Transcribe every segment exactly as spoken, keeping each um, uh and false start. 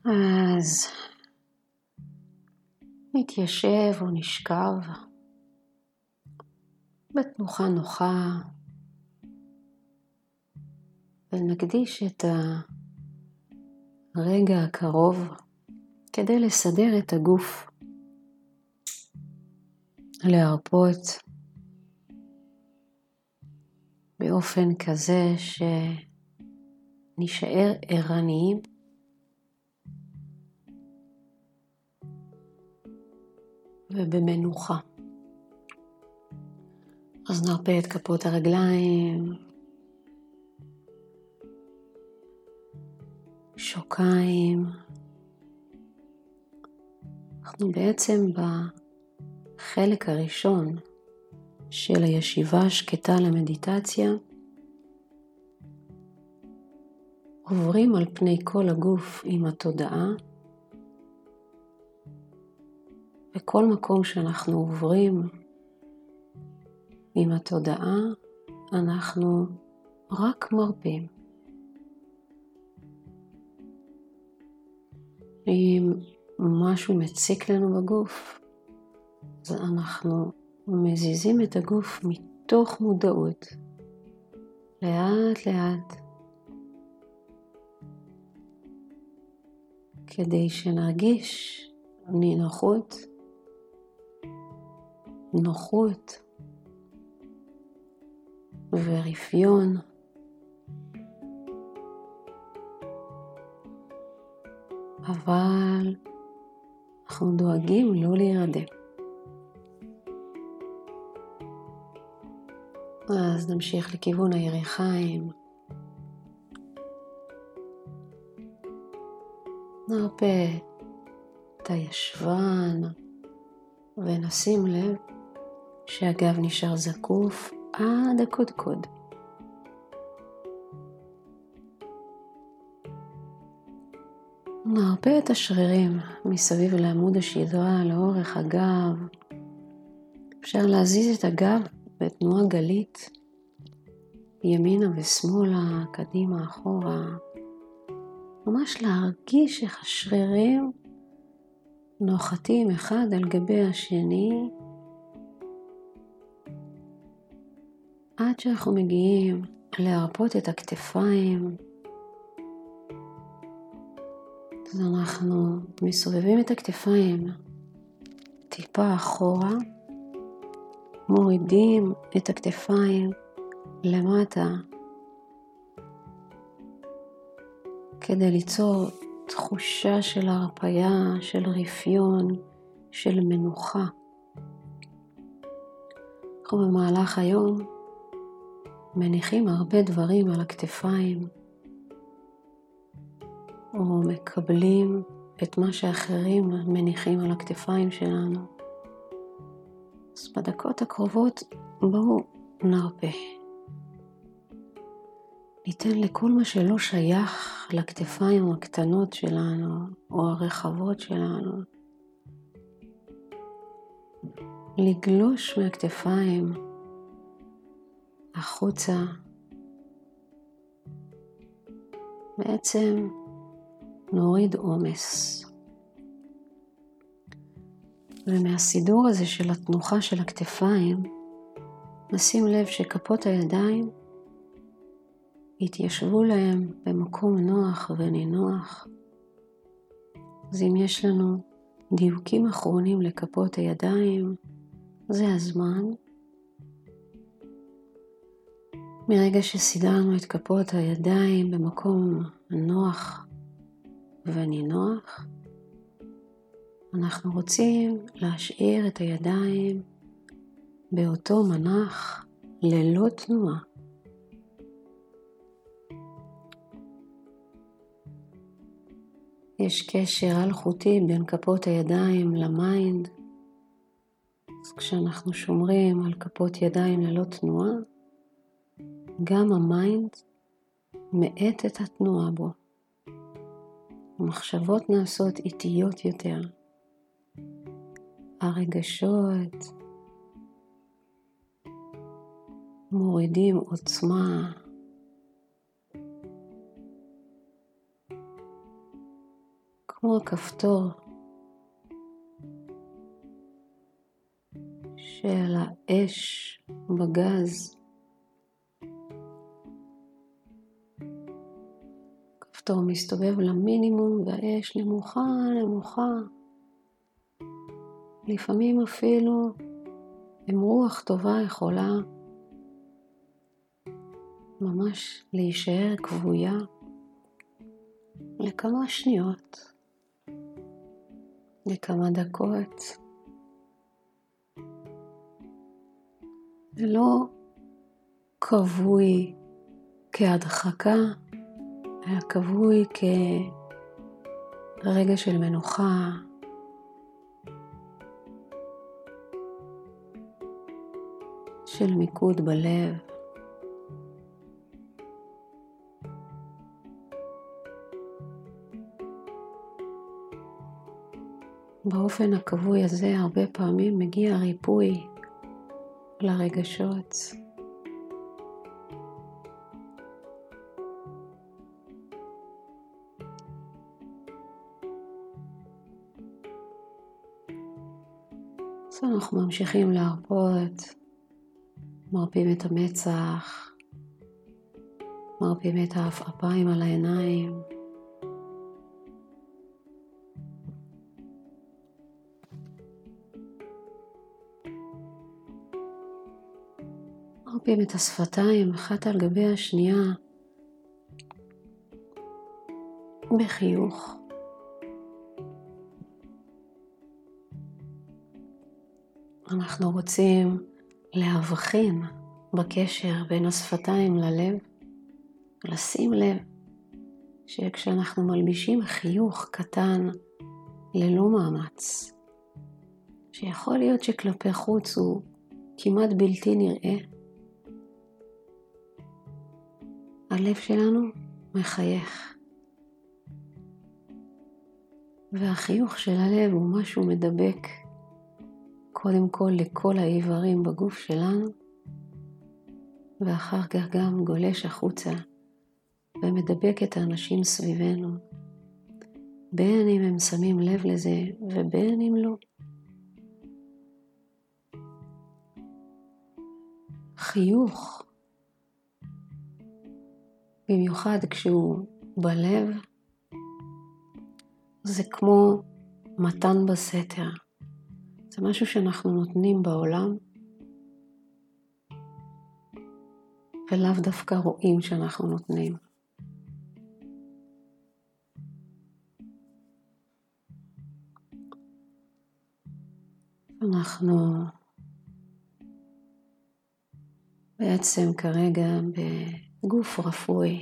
אז נתיישב או נשכב בתנוחה נוחה ונקדיש את הרגע הקרוב כדי לסדר את הגוף, להרפות באופן כזה שנשאר ערניים ובמנוחה. אז נרפה את כפות הרגליים, שוקיים. אנחנו בעצם בחלק הראשון של הישיבה השקטה למדיטציה עוברים על פני כל הגוף עם התודעה, וכל מקום שאנחנו עוברים עם התודעה אנחנו רק מרפים. אם משהו מציק לנו בגוף, אז אנחנו מזיזים את הגוף מתוך מודעות, לאט לאט, כדי שנרגיש נינוחות, נוחות ורפיון. אבל אנחנו דואגים לא להירדם. אז נמשיך לכיוון הירכיים. נרפה את הישבן ונשים לב שהגב נשאר זקוף עד הקודקוד. נרפה את השרירים מסביב לעמוד השדרה לאורך הגב. אפשר להזיז את הגב בתנועה גלית, ימינה ושמאלה, קדימה, אחורה. ממש להרגיש איך השרירים נוחתים אחד על גבי השני, עד שאנחנו מגיעים להרפות את הכתפיים. אז אנחנו מסובבים את הכתפיים טיפה אחורה, מורידים את הכתפיים למטה, כדי ליצור תחושה של הרפיה, של רפיון, של מנוחה. אנחנו במהלך היום מניחים הרבה דברים על הכתפיים, או מקבלים את מה שאחרים מניחים על הכתפיים שלנו. אז בדקות הקרובות בואו נרפה. ניתן לכל מה שלא שייך לכתפיים הקטנות שלנו או הרחבות שלנו לגלוש מהכתפיים החוצה. בעצם נוריד עומס. ומהסידור הזה של התנוחה של הכתפיים נשים לב שכפות הידיים יתיישבו להם במקום נוח ונינוח. אז אם יש לנו דיוקים אחרונים לכפות הידיים, זה הזמן. מרגע שסידרנו את כפות הידיים במקום נוח ונינוח, אנחנו רוצים להשאיר את הידיים באותו מנח ללא תנועה. יש קשר אלחוטי בין כפות הידיים למיינד. אז כשאנחנו שומרים על כפות ידיים ללא תנועה, גם המיינד מאט את התנועה בו. המחשבות נעשות איטיות יותר. הרגשות מורידים עוצמה. כמו הכפתור של האש בגז. הכפתור מסתובב למינימום והאש נמוכה נמוכה. לפעמים אפילו עם רוח טובה יכולה ממש להישאר כבויה לכמה שניות, לכמה דקות. זה לא כבוי כהדחקה, אלא כבוי כרגע של מנוחה, של מיקוד בלב. באופן הכבוי הזה הרבה פעמים מגיע ריפוי לרגשות. אז אנחנו ממשיכים להרפות, מרפים את המצח, מרפים את האפיים על העיניים. מרפים את השפתיים אחת על גבי השנייה בחיוך. אנחנו רוצים להבחין בקשר בין השפתיים ללב, לשים לב שכשאנחנו מלבישים חיוך קטן ללא מאמץ, שיכול להיות שכלפי חוץ הוא כמעט בלתי נראה, הלב שלנו מחייך. והחיוך של הלב הוא משהו מדבק קודם כל לכל האיברים בגוף שלנו, ואחר כך גם גולש החוצה ומדבק את האנשים סביבנו, בין אם הם שמים לב לזה ובין אם לא. חיוך, במיוחד כשהוא בלב, זה כמו מתן בסתר. זה משהו שאנחנו נותנים בעולם, ולאו דווקא רואים שאנחנו נותנים. אנחנו בעצם כרגע בגוף רפואי.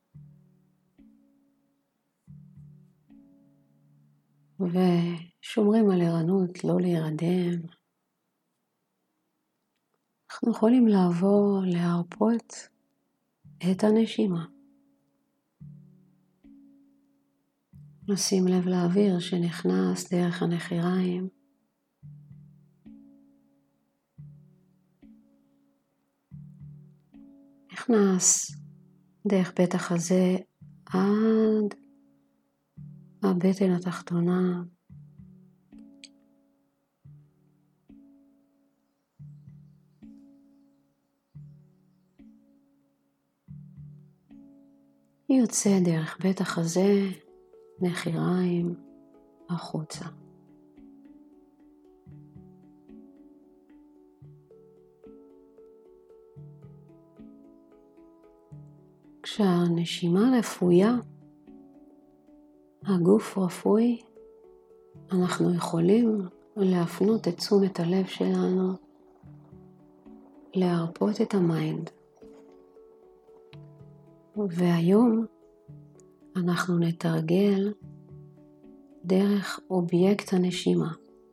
ושומרים על ערנות, לא להירדם. אנחנו יכולים לעבור להרפות את הנשימה. נשים לב לאוויר שנכנס דרך הנחיריים. נכנס דרך פתח הזה עד הבטן התחתונה. יוצא דרך פתח הזה, נחיריים, החוצה. כשהנשימה רפויה, הגוף רפוי, אנחנו יכולים להפנות את תשומת הלב שלנו, להרפות את המיינד. והיום אנחנו נתרגל דרך אובייקט הנשימה.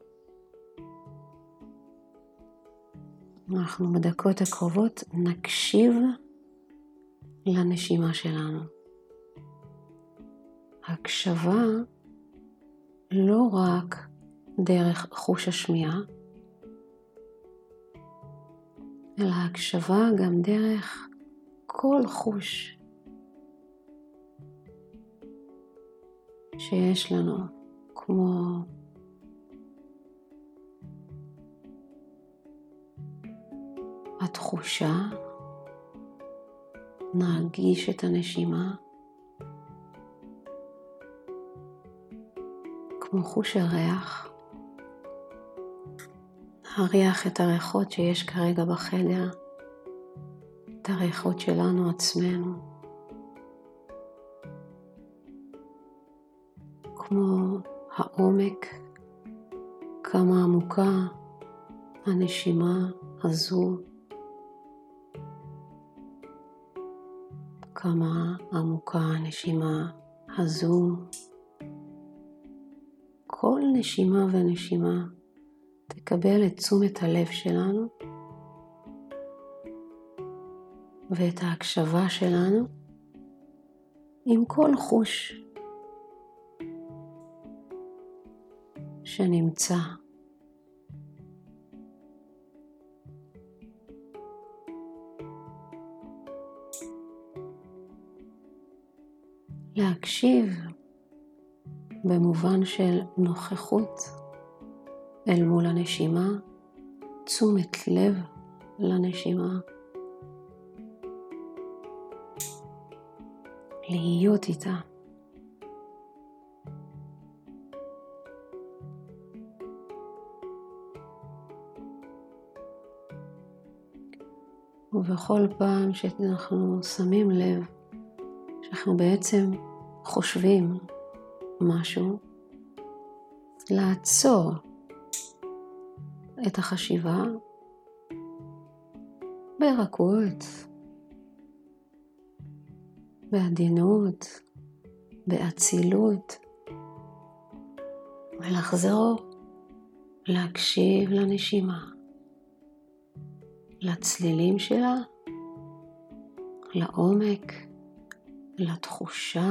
אנחנו בדקות הקרובות נקשיב לנשימה שלנו. הקשבה לא רק דרך חוש השמיעה, אלא הקשבה גם דרך כל חוש. שיש לנו, כמו התחושה, נרגיש את הנשימה, כמו חוש הריח, נריח את הריחות שיש כרגע בחדר, את הריחות שלנו עצמנו, כמו העומק, כמה עמוקה הנשימה הזו, כמה עמוקה הנשימה הזו. כל נשימה ונשימה תקבל את תשומת הלב שלנו ואת ההקשבה שלנו עם כל חוש שנמצא. להקשיב במובן של נוכחות אל מול הנשימה, תשומת לב לנשימה, להיות איתה. ובכל פעם שאנחנו שמים לב שאנחנו בעצם חושבים משהו, לעצור את החשיבה ברכות, בעדינות, באצילות, ולחזור להקשיב לנשימה, לצלילים שלה, לעומק, לתחושה,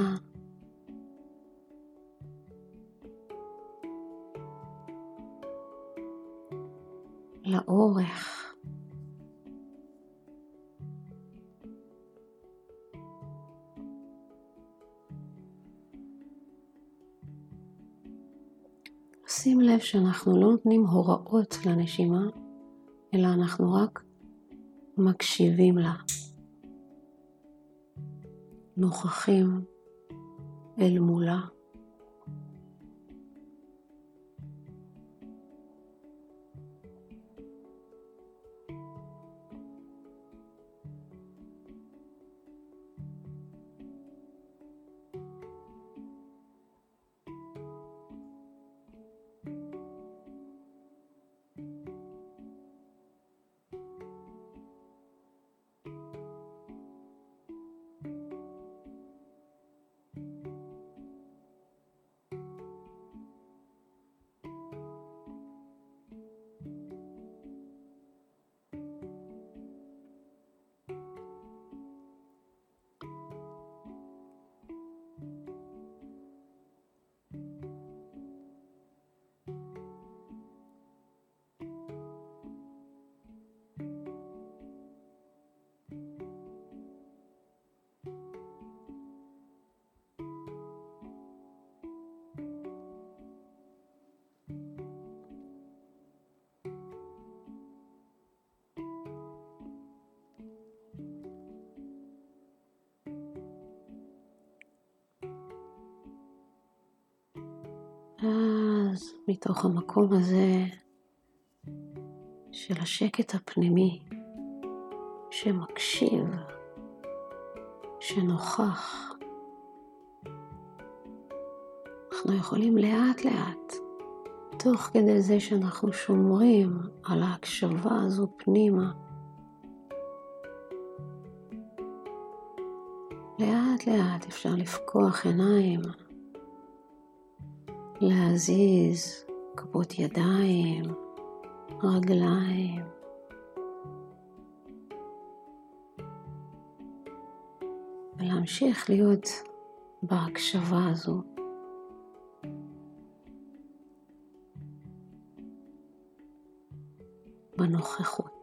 לאורך. שים לב שאנחנו לא נותנים הוראות לנשימה, אלא אנחנו רק מקשיבים לה. נוכחים אל מולה. אז מתוך המקום הזה של השקט הפנימי שמקשיב, שנוכח, אנחנו יכולים לאט לאט, תוך כדי זה שאנחנו שומרים על ההקשבה הזו פנימה, לאט לאט אפשר לפקוח עיניים, להזיז כפות ידיים, רגליים, ולהמשיך להיות בהקשבה הזו. בנוכחות.